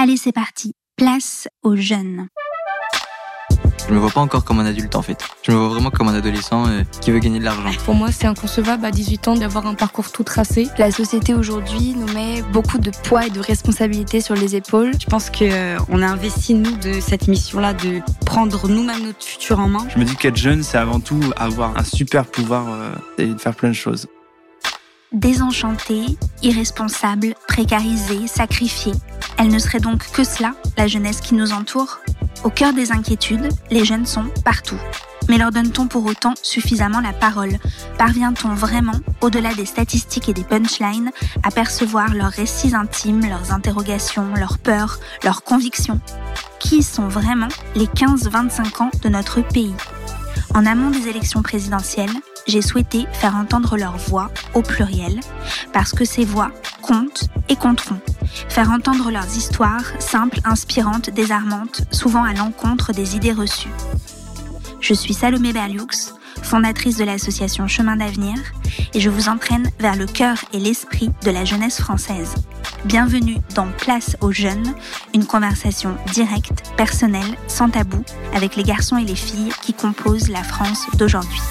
Allez, c'est parti. Place aux jeunes. Je me vois pas encore comme un adulte en fait. Je me vois vraiment comme un adolescent qui veut gagner de l'argent. Pour moi, c'est inconcevable à 18 ans d'avoir un parcours tout tracé. La société aujourd'hui nous met beaucoup de poids et de responsabilités sur les épaules. Je pense qu'on a investi, nous, de cette mission-là, de prendre nous-mêmes notre futur en main. Je me dis qu'être jeune, c'est avant tout avoir un super pouvoir et de faire plein de choses. Désenchantée, irresponsable, précarisée, sacrifiée. Elle ne serait donc que cela, la jeunesse qui nous entoure ? Au cœur des inquiétudes, les jeunes sont partout. Mais leur donne-t-on pour autant suffisamment la parole ? Parvient-on vraiment, au-delà des statistiques et des punchlines, à percevoir leurs récits intimes, leurs interrogations, leurs peurs, leurs convictions ? Qui sont vraiment les 15-25 ans de notre pays ? En amont des élections présidentielles, j'ai souhaité faire entendre leur voix au pluriel, parce que ces voix comptent et compteront. Faire entendre leurs histoires, simples, inspirantes, désarmantes, souvent à l'encontre des idées reçues. Je suis Salomé Berlioux, fondatrice de l'association Chemin d'avenir, et je vous entraîne vers le cœur et l'esprit de la jeunesse française. Bienvenue dans Place aux jeunes, une conversation directe, personnelle, sans tabou, avec les garçons et les filles qui composent la France d'aujourd'hui.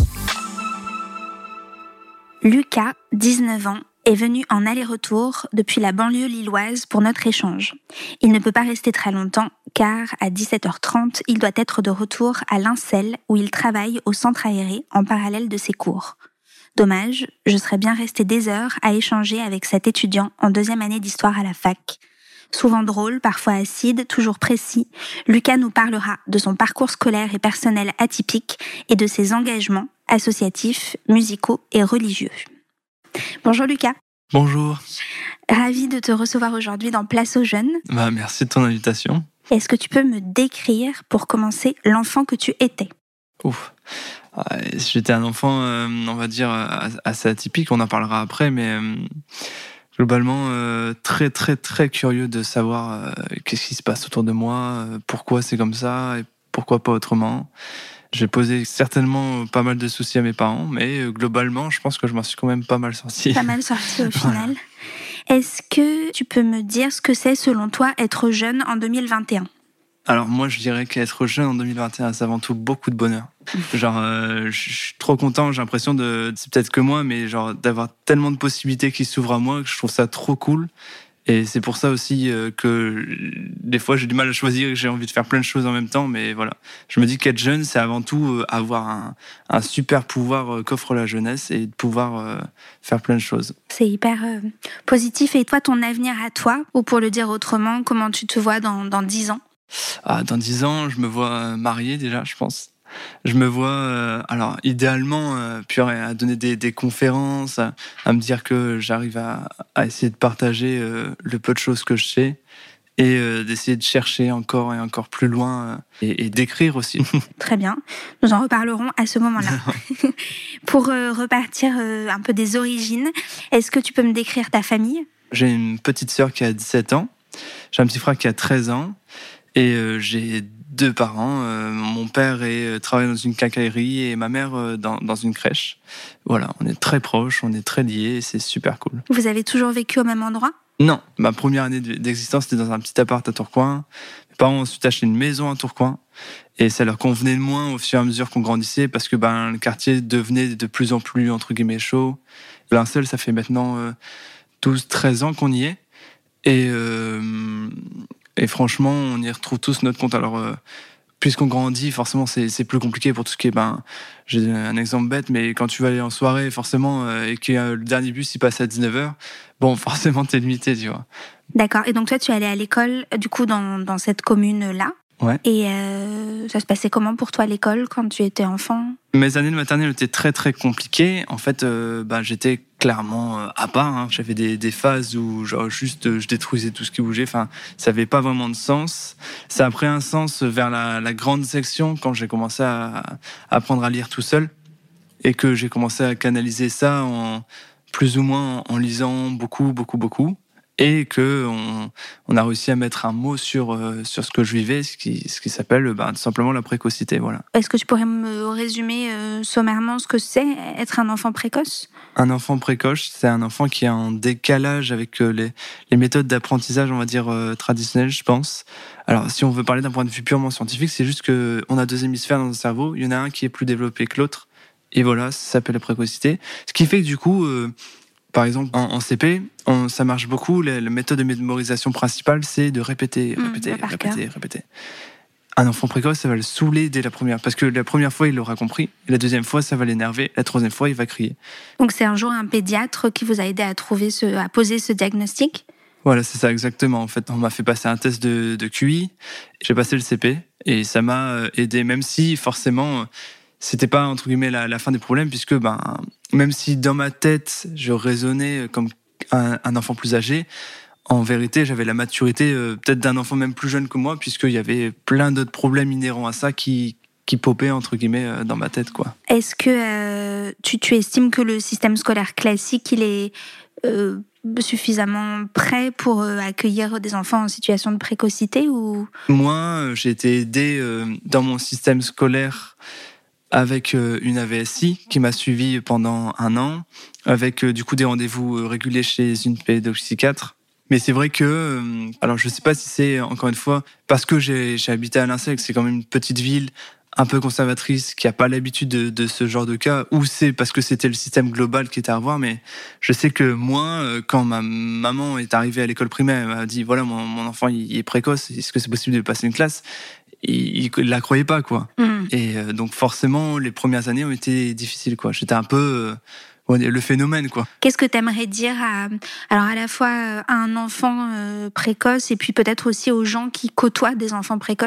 Lucas, 19 ans, est venu en aller-retour depuis la banlieue lilloise pour notre échange. Il ne peut pas rester très longtemps car à 17h30, il doit être de retour à Lincel où il travaille au centre aéré en parallèle de ses cours. Dommage, je serais bien restée des heures à échanger avec cet étudiant en 2e année d'histoire à la fac. Souvent drôle, parfois acide, toujours précis, Lucas nous parlera de son parcours scolaire et personnel atypique et de ses engagements associatifs, musicaux et religieux. Bonjour Lucas. Bonjour. Ravi de te recevoir aujourd'hui dans Place aux jeunes. Merci de ton invitation. Est-ce que tu peux me décrire, pour commencer, l'enfant que tu étais ? J'étais un enfant, on va dire, assez atypique, on en parlera après, mais globalement très très très curieux de savoir qu'est-ce qui se passe autour de moi, pourquoi c'est comme ça et pourquoi pas autrement. J'ai posé certainement pas mal de soucis à mes parents, mais globalement, je pense que je m'en suis quand même pas mal sorti. Pas mal sorti au final. Est-ce que tu peux me dire ce que c'est, selon toi, être jeune en 2021 ? Alors moi, je dirais qu'être jeune en 2021, c'est avant tout beaucoup de bonheur. Je suis trop content, j'ai l'impression c'est peut-être que moi, mais d'avoir tellement de possibilités qui s'ouvrent à moi, que je trouve ça trop cool. Et c'est pour ça aussi que des fois j'ai du mal à choisir, j'ai envie de faire plein de choses en même temps, mais voilà. Je me dis qu'être jeune, c'est avant tout avoir un super pouvoir qu'offre la jeunesse et de pouvoir faire plein de choses. C'est hyper positif. Et toi, ton avenir à toi, ou pour le dire autrement, comment tu te vois dans 10 ans ? Dans 10 ans, je me vois marié déjà, je pense. Je me vois, alors idéalement, à donner des conférences, à me dire que j'arrive à essayer de partager le peu de choses que je sais et d'essayer de chercher encore et encore plus loin et d'écrire aussi. Très bien, nous en reparlerons à ce moment-là. Pour repartir un peu des origines, est-ce que tu peux me décrire ta famille ? J'ai une petite sœur qui a 17 ans, j'ai un petit frère qui a 13 ans et j'ai 2 parents. Mon père travaille dans une quincaillerie et ma mère dans une crèche. Voilà, on est très proches, on est très liés et c'est super cool. Vous avez toujours vécu au même endroit ? Non, ma première année d'existence, c'était dans un petit appart à Tourcoing. Mes parents ont ensuite acheté une maison à Tourcoing et ça leur convenait de moins au fur et à mesure qu'on grandissait parce que le quartier devenait de plus en plus, entre guillemets, chaud. Lincel, ça fait maintenant 12-13 ans qu'on y est et franchement, on y retrouve tous notre compte. Alors, puisqu'on grandit, forcément, c'est plus compliqué pour tout ce qui est... j'ai un exemple bête, mais quand tu vas aller en soirée, forcément, et que le dernier bus, il passe à 19h, forcément, t'es limité, tu vois. D'accord. Et donc, toi, tu es allé à l'école, du coup, dans cette commune-là. Ouais. Et ça se passait comment pour toi à l'école quand tu étais enfant ? Mes années de maternelle étaient très très compliquées. En fait, j'étais clairement à part. J'avais des phases où je détruisais tout ce qui bougeait. Enfin, ça avait pas vraiment de sens. Ça a pris un sens vers la grande section quand j'ai commencé à apprendre à lire tout seul et que j'ai commencé à canaliser ça plus ou moins en lisant beaucoup. et que on a réussi à mettre un mot sur ce que je vivais, ce qui s'appelle tout simplement la précocité. Voilà. Est-ce que tu pourrais me résumer sommairement ce que c'est être un enfant précoce ? Un enfant précoce, c'est un enfant qui est en décalage avec les méthodes d'apprentissage, on va dire traditionnelles, je pense. Alors, si on veut parler d'un point de vue purement scientifique, c'est juste que on a 2 hémisphères dans le cerveau. Il y en a un qui est plus développé que l'autre, et voilà, ça s'appelle la précocité. Ce qui fait que du coup, par exemple, en CP, ça marche beaucoup. La méthode de mémorisation principale, c'est de répéter. Un enfant précoce, ça va le saouler dès la première. Parce que la première fois, il l'aura compris. La deuxième fois, ça va l'énerver. La troisième fois, il va crier. Donc c'est un jour un pédiatre qui vous a aidé à poser ce diagnostic ? Voilà, c'est ça, exactement. En fait, on m'a fait passer un test de QI. J'ai passé le CP. Et ça m'a aidé, même si, forcément, c'était pas, entre guillemets, la fin des problèmes, puisque, même si dans ma tête, je raisonnais comme un enfant plus âgé, en vérité, j'avais la maturité peut-être d'un enfant même plus jeune que moi, puisqu'il y avait plein d'autres problèmes inhérents à ça qui popaient, entre guillemets, dans ma tête, quoi. Est-ce que tu estimes que le système scolaire classique, il est suffisamment prêt pour accueillir des enfants en situation de précocité ou... Moi, j'ai été aidé dans mon système scolaire avec une AVSI qui m'a suivi pendant 1 an, avec du coup des rendez-vous réguliers chez une pédopsychiatre. Mais c'est vrai que, alors je sais pas si c'est, encore une fois, parce que j'ai habité à Linselles, c'est quand même une petite ville un peu conservatrice, qui a pas l'habitude de ce genre de cas, ou c'est parce que c'était le système global qui était à revoir, mais je sais que moi, quand ma maman est arrivée à l'école primaire, elle m'a dit, voilà, mon enfant, il est précoce, est-ce que c'est possible de passer une classe ? Il la croyait pas, quoi. Et donc forcément, les premières années ont été difficiles, quoi. J'étais un peu le phénomène, quoi. Qu'est-ce que tu aimerais dire à la fois à un enfant précoce et puis peut-être aussi aux gens qui côtoient des enfants précoces ?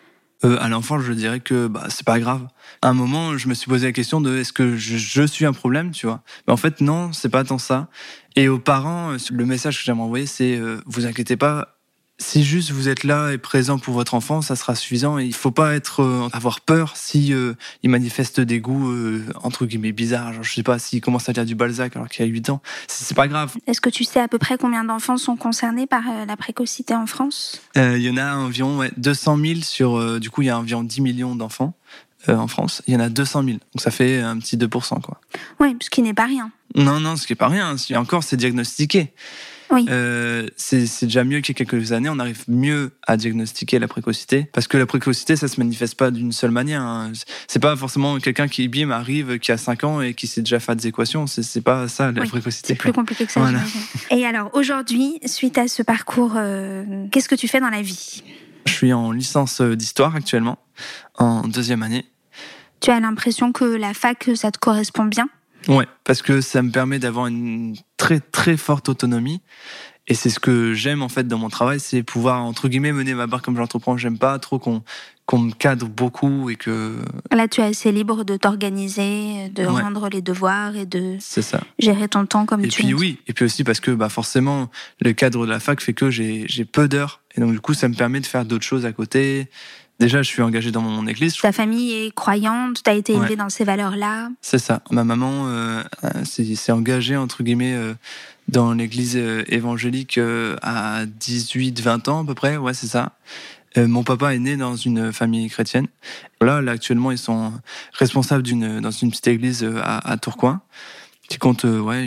À l'enfant, je dirais que c'est pas grave. À un moment, je me suis posé la question de est-ce que je suis un problème, tu vois ? Mais en fait, non, c'est pas tant ça. Et aux parents, le message que j'aimerais envoyer, c'est vous inquiétez pas. Si juste vous êtes là et présent pour votre enfant, ça sera suffisant. Et il faut pas avoir peur si il manifeste des goûts entre guillemets bizarres. Genre, je sais pas, s'il commence à lire du Balzac alors qu'il a 8 ans, c'est pas grave. Est-ce que tu sais à peu près combien d'enfants sont concernés par la précocité en France ? Il y en a environ 200 000 sur. Du coup, il y a environ 10 millions d'enfants en France. Il y en a 200 000, donc ça fait un petit 2%, quoi. Oui, ce qui n'est pas rien. Non, ce qui est pas rien. Et encore, c'est diagnostiqué. Oui. C'est déjà mieux qu'il y a quelques années. On arrive mieux à diagnostiquer la précocité, parce que la précocité, ça se manifeste pas d'une seule manière, hein. C'est pas forcément quelqu'un qui arrive, qui a 5 ans et qui sait déjà faire des équations. C'est pas ça, la précocité. C'est plus compliqué que ça, voilà. J'imagine. Et alors, aujourd'hui, suite à ce parcours, qu'est-ce que tu fais dans la vie ? Je suis en licence d'histoire actuellement, en 2e année. Tu as l'impression que la fac, ça te correspond bien ? Ouais, parce que ça me permet d'avoir une très très forte autonomie. Et c'est ce que j'aime en fait dans mon travail, c'est pouvoir entre guillemets mener ma barque comme j'entreprends. J'aime pas trop qu'on me cadre beaucoup et que... Là, tu es assez libre de t'organiser, de rendre les devoirs et de gérer ton temps comme tu veux. Et puis aussi parce que forcément, le cadre de la fac fait que j'ai peu d'heures. Et donc du coup, ça me permet de faire d'autres choses à côté. Déjà, je suis engagé dans mon église. Ta famille est croyante, tu as été élevé dans ces valeurs-là. C'est ça. Ma maman s'est engagée, entre guillemets, dans l'église évangélique à 18-20 ans à peu près. Ouais, c'est ça. Mon papa est né dans une famille chrétienne. Là, actuellement, ils sont responsables dans une petite église à Tourcoing, qui compte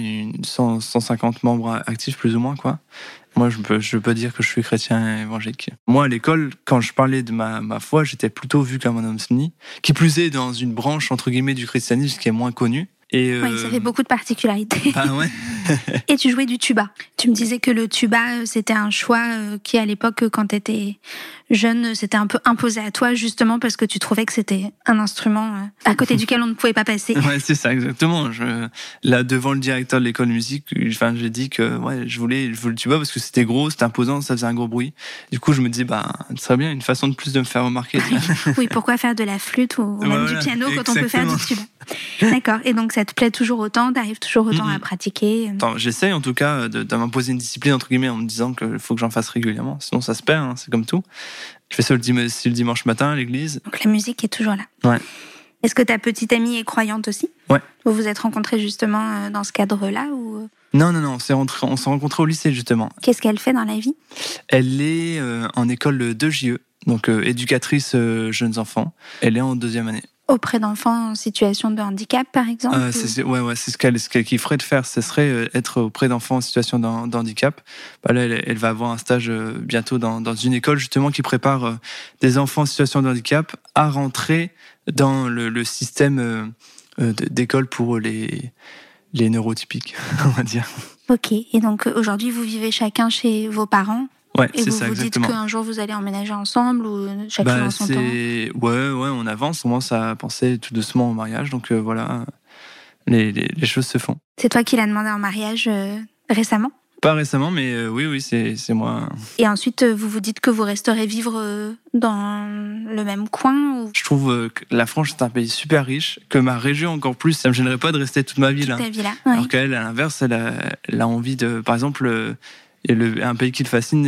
150 membres actifs, plus ou moins, quoi. Moi, je peux dire que je suis chrétien évangélique. Moi, à l'école, quand je parlais de ma foi, j'étais plutôt vu comme un homme ovni, qui plus est dans une branche, entre guillemets, du christianisme qui est moins connue. Et oui, ça fait beaucoup de particularités. Ah ouais. Et tu jouais du tuba. Tu me disais que le tuba, c'était un choix qui, à l'époque, quand tu étais jeune, c'était un peu imposé à toi, justement parce que tu trouvais que c'était un instrument à côté duquel on ne pouvait pas passer. Ouais, c'est ça, exactement. Là, devant le directeur de l'école de musique, j'ai dit que je voulais le tuba parce que c'était gros, c'était imposant, ça faisait un gros bruit. Du coup, je me disais, ce serait bien une façon de plus de me faire remarquer. Oui, pourquoi faire de la flûte ou même du piano quand on peut faire du tuba. D'accord. Et donc, ça te plaît toujours autant, t'arrives toujours autant à pratiquer. J'essaye en tout cas de m'imposer une discipline entre guillemets en me disant qu'il faut que j'en fasse régulièrement, sinon ça se perd, hein, c'est comme tout. Je fais ça le dimanche matin à l'église. Donc la musique est toujours là. Ouais. Est-ce que ta petite amie est croyante aussi ? Ouais. Vous vous êtes rencontrés justement dans ce cadre-là ou... Non, on s'est rencontrés au lycée justement. Qu'est-ce qu'elle fait dans la vie ? Elle est en école de JE, donc éducatrice jeunes enfants. Elle est en 2e année. Auprès d'enfants en situation de handicap, par exemple c'est ce qu'elle kifferait de faire, ce serait être auprès d'enfants en situation de handicap. Là, elle va avoir un stage bientôt dans une école justement qui prépare des enfants en situation de handicap à rentrer dans le système d'école pour les neurotypiques, on va dire. Ok, et donc aujourd'hui vous vivez chacun chez vos parents ? Ouais, et c'est vous ça, vous exactement. Dites qu'un jour vous allez emménager ensemble ou chacun dans son temps ? Ouais, on avance, on commence à penser tout doucement au mariage, donc voilà, les choses se font. C'est toi qui l'as demandé en mariage récemment ? Pas récemment, mais oui, c'est moi. Et ensuite, vous vous dites que vous resterez vivre dans le même coin ou... Je trouve que la France est un pays super riche, que ma région encore plus, ça me gênerait pas de rester toute ma vie là. Toute ta vie là, oui. Alors qu'elle, à l'inverse, elle a envie de, par exemple, un pays qui la fascine,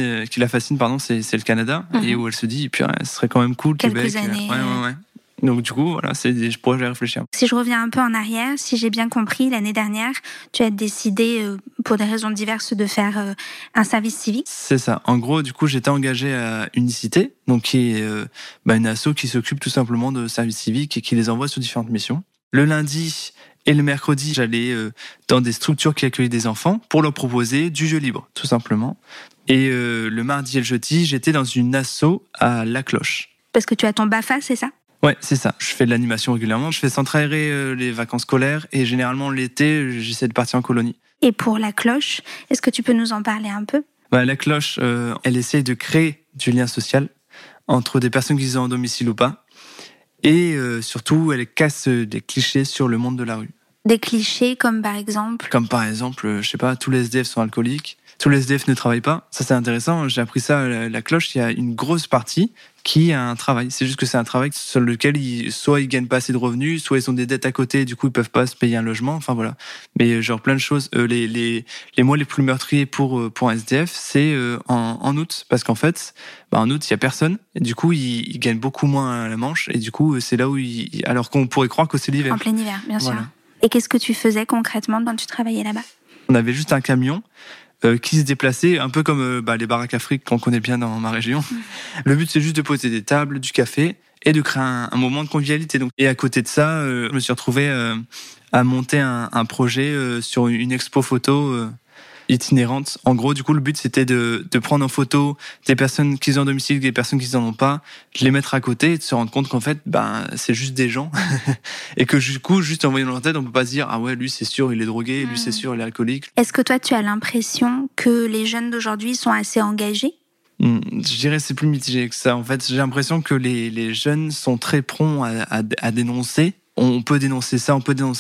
c'est le Canada, et où elle se dit, puis ce serait quand même cool, quelques Québec. Années. Ouais. Donc du coup, voilà, je pourrais y réfléchir. Si je reviens un peu en arrière, si j'ai bien compris, l'année dernière, tu as décidé, pour des raisons diverses, de faire un service civique. C'est ça. En gros, du coup, j'étais engagé à Unicité, donc qui est une asso qui s'occupe tout simplement de services civiques et qui les envoie sur différentes missions. Le lundi et le mercredi, j'allais dans des structures qui accueillent des enfants pour leur proposer du jeu libre, tout simplement. Et le mardi et le jeudi, j'étais dans une asso à La Cloche. Parce que tu as ton BAFA, c'est ça ? Ouais, c'est ça. Je fais de l'animation régulièrement. Je fais centre aéré les vacances scolaires et généralement l'été, j'essaie de partir en colonie. Et pour La Cloche, est-ce que tu peux nous en parler un peu ? La Cloche, elle essaye de créer du lien social entre des personnes qui sont en domicile ou pas. Et surtout, elle casse des clichés sur le monde de la rue. Des clichés comme par exemple ? Comme par exemple, je sais pas, tous les SDF sont alcooliques, tous les SDF ne travaillent pas. Ça, c'est intéressant. J'ai appris ça à La Cloche. Il y a une grosse partie qui a un travail. C'est juste que c'est un travail sur lequel soit ils gagnent pas assez de revenus, soit ils ont des dettes à côté, du coup ils peuvent pas se payer un logement. Enfin voilà. Mais genre plein de choses. Les mois les plus meurtriers pour un SDF, c'est en août, parce qu'en fait, en août il y a personne. Et du coup ils gagnent beaucoup moins à la manche. Et du coup c'est là où alors qu'on pourrait croire que c'est l'hiver. En plein hiver, bien sûr. Voilà. Et qu'est-ce que tu faisais concrètement quand tu travaillais là-bas ? On avait juste un camion qui se déplaçait, un peu comme les baraques Afrique qu'on connaît bien dans ma région. Le but, c'est juste de poser des tables, du café, et de créer un moment de convivialité. Donc, et à côté de ça, je me suis retrouvé à monter un projet sur une expo photo itinérante. En gros, du coup, le but, c'était de prendre en photo des personnes qui sont en domicile, des personnes qui n'en ont pas, de les mettre à côté et de se rendre compte qu'en fait, c'est juste des gens. Et que du coup, juste en voyant leur tête, on peut pas se dire, ah ouais, lui, c'est sûr, il est drogué, lui, c'est sûr, il est alcoolique. Est-ce que toi, tu as l'impression que les jeunes d'aujourd'hui sont assez engagés ? Je dirais que c'est plus mitigé que ça. En fait, j'ai l'impression que les jeunes sont très prompts à dénoncer. On peut dénoncer ça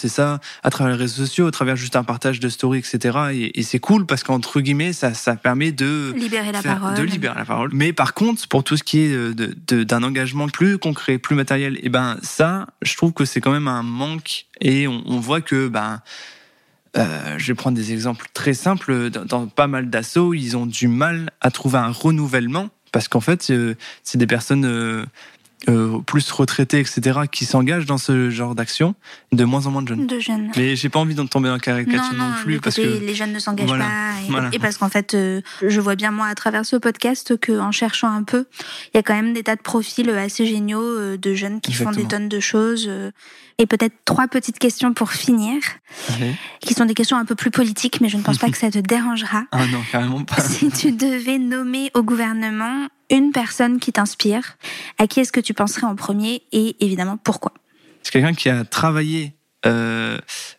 à travers les réseaux sociaux, à travers juste un partage de story, etc. Et c'est cool parce qu'entre guillemets, ça permet de libérer la parole. Mais par contre, pour tout ce qui est d'un engagement plus concret, plus matériel, ça, je trouve que c'est quand même un manque. Et on voit que, je vais prendre des exemples très simples. Dans pas mal d'assauts, ils ont du mal à trouver un renouvellement parce qu'en fait, c'est des personnes plus retraités, etc., qui s'engagent dans ce genre d'action, de moins en moins de jeunes. Mais j'ai pas envie de tomber dans la caricature non plus. Parce que les jeunes ne s'engagent pas. Et parce qu'en fait, je vois bien, moi, à travers ce podcast, qu'en cherchant un peu, il y a quand même des tas de profils assez géniaux de jeunes qui font des tonnes de choses. Et peut-être 3 petites questions pour finir, qui sont des questions un peu plus politiques, mais je ne pense pas que ça te dérangera. Ah non, carrément pas. Si tu devais nommer au gouvernement une personne qui t'inspire, à qui est-ce que tu penserais en premier et évidemment pourquoi ? C'est quelqu'un qui a travaillé à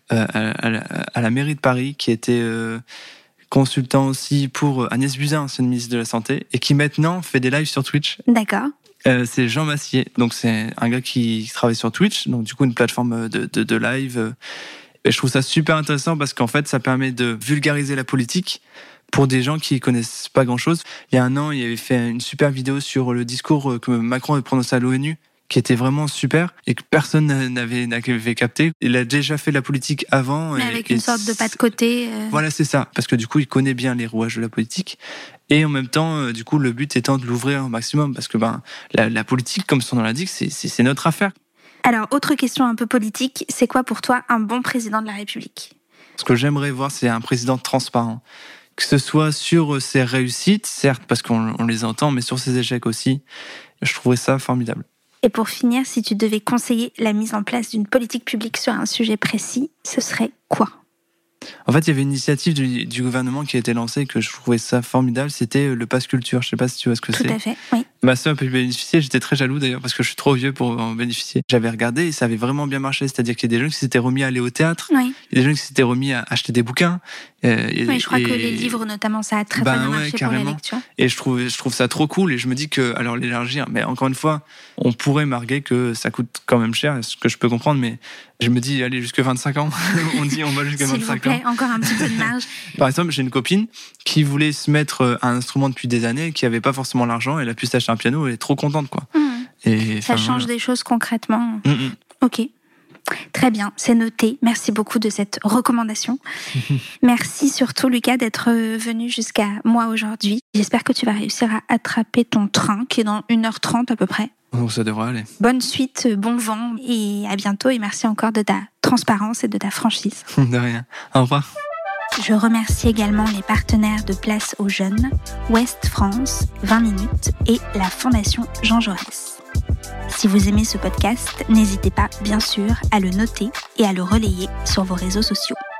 la mairie de Paris, qui était consultant aussi pour Agnès Buzyn, ancienne ministre de la Santé, et qui maintenant fait des lives sur Twitch. D'accord. C'est Jean Massier, donc c'est un gars qui travaille sur Twitch, donc du coup une plateforme de live. Et je trouve ça super intéressant parce qu'en fait ça permet de vulgariser la politique pour des gens qui connaissent pas grand-chose. Il y a un an, il avait fait une super vidéo sur le discours que Macron avait prononcé à l'ONU, qui était vraiment super et que personne n'avait capté. Il a déjà fait de la politique avant. Mais avec une sorte de pas de côté. Voilà, c'est ça. Parce que du coup, il connaît bien les rouages de la politique. Et en même temps, du coup, le but étant de l'ouvrir au maximum. Parce que la politique, comme son nom l'indique, c'est notre affaire. Alors, autre question un peu politique, c'est quoi pour toi un bon président de la République ? Ce que j'aimerais voir, c'est un président transparent. Que ce soit sur ses réussites, certes, parce qu'on les entend, mais sur ses échecs aussi. Je trouverais ça formidable. Et pour finir, si tu devais conseiller la mise en place d'une politique publique sur un sujet précis, ce serait quoi ? En fait, il y avait une initiative du gouvernement qui a été lancée que je trouvais ça formidable, c'était le Pass Culture. Je sais pas si tu vois ce que c'est. Tout à fait, oui. Ma sœur a pu bénéficier, j'étais très jaloux d'ailleurs parce que je suis trop vieux pour en bénéficier. J'avais regardé et ça avait vraiment bien marché, c'est-à-dire qu'il y a des jeunes qui s'étaient remis à aller au théâtre, Oui. il y a des jeunes qui s'étaient remis à acheter des bouquins. Oui, je crois que les livres notamment, ça a très bien marché pour la lecture. Et je trouve ça trop cool et je me dis que, alors l'élargir, mais encore une fois, on pourrait marguer que ça coûte quand même cher, ce que je peux comprendre, mais je me dis, allez, jusqu'à 25 ans, on va jusqu'à 25 ans. S'il vous plaît, encore un petit peu de marge. Par exemple, j'ai une copine qui voulait se mettre à un instrument depuis des années, qui avait pas forcément l'argent, elle a pu s'acheter un piano, elle est trop contente, quoi. Et, ça change des choses concrètement. Ok. Très bien, c'est noté. Merci beaucoup de cette recommandation. Merci surtout, Lucas, d'être venu jusqu'à moi aujourd'hui. J'espère que tu vas réussir à attraper ton train, qui est dans 1h30 à peu près. Oh, ça devrait aller. Bonne suite, bon vent et à bientôt. Et merci encore de ta transparence et de ta franchise. De rien. Au revoir. Je remercie également les partenaires de Place aux Jeunes, Ouest France, 20 minutes et la Fondation Jean Jaurès. Si vous aimez ce podcast, n'hésitez pas, bien sûr, à le noter et à le relayer sur vos réseaux sociaux.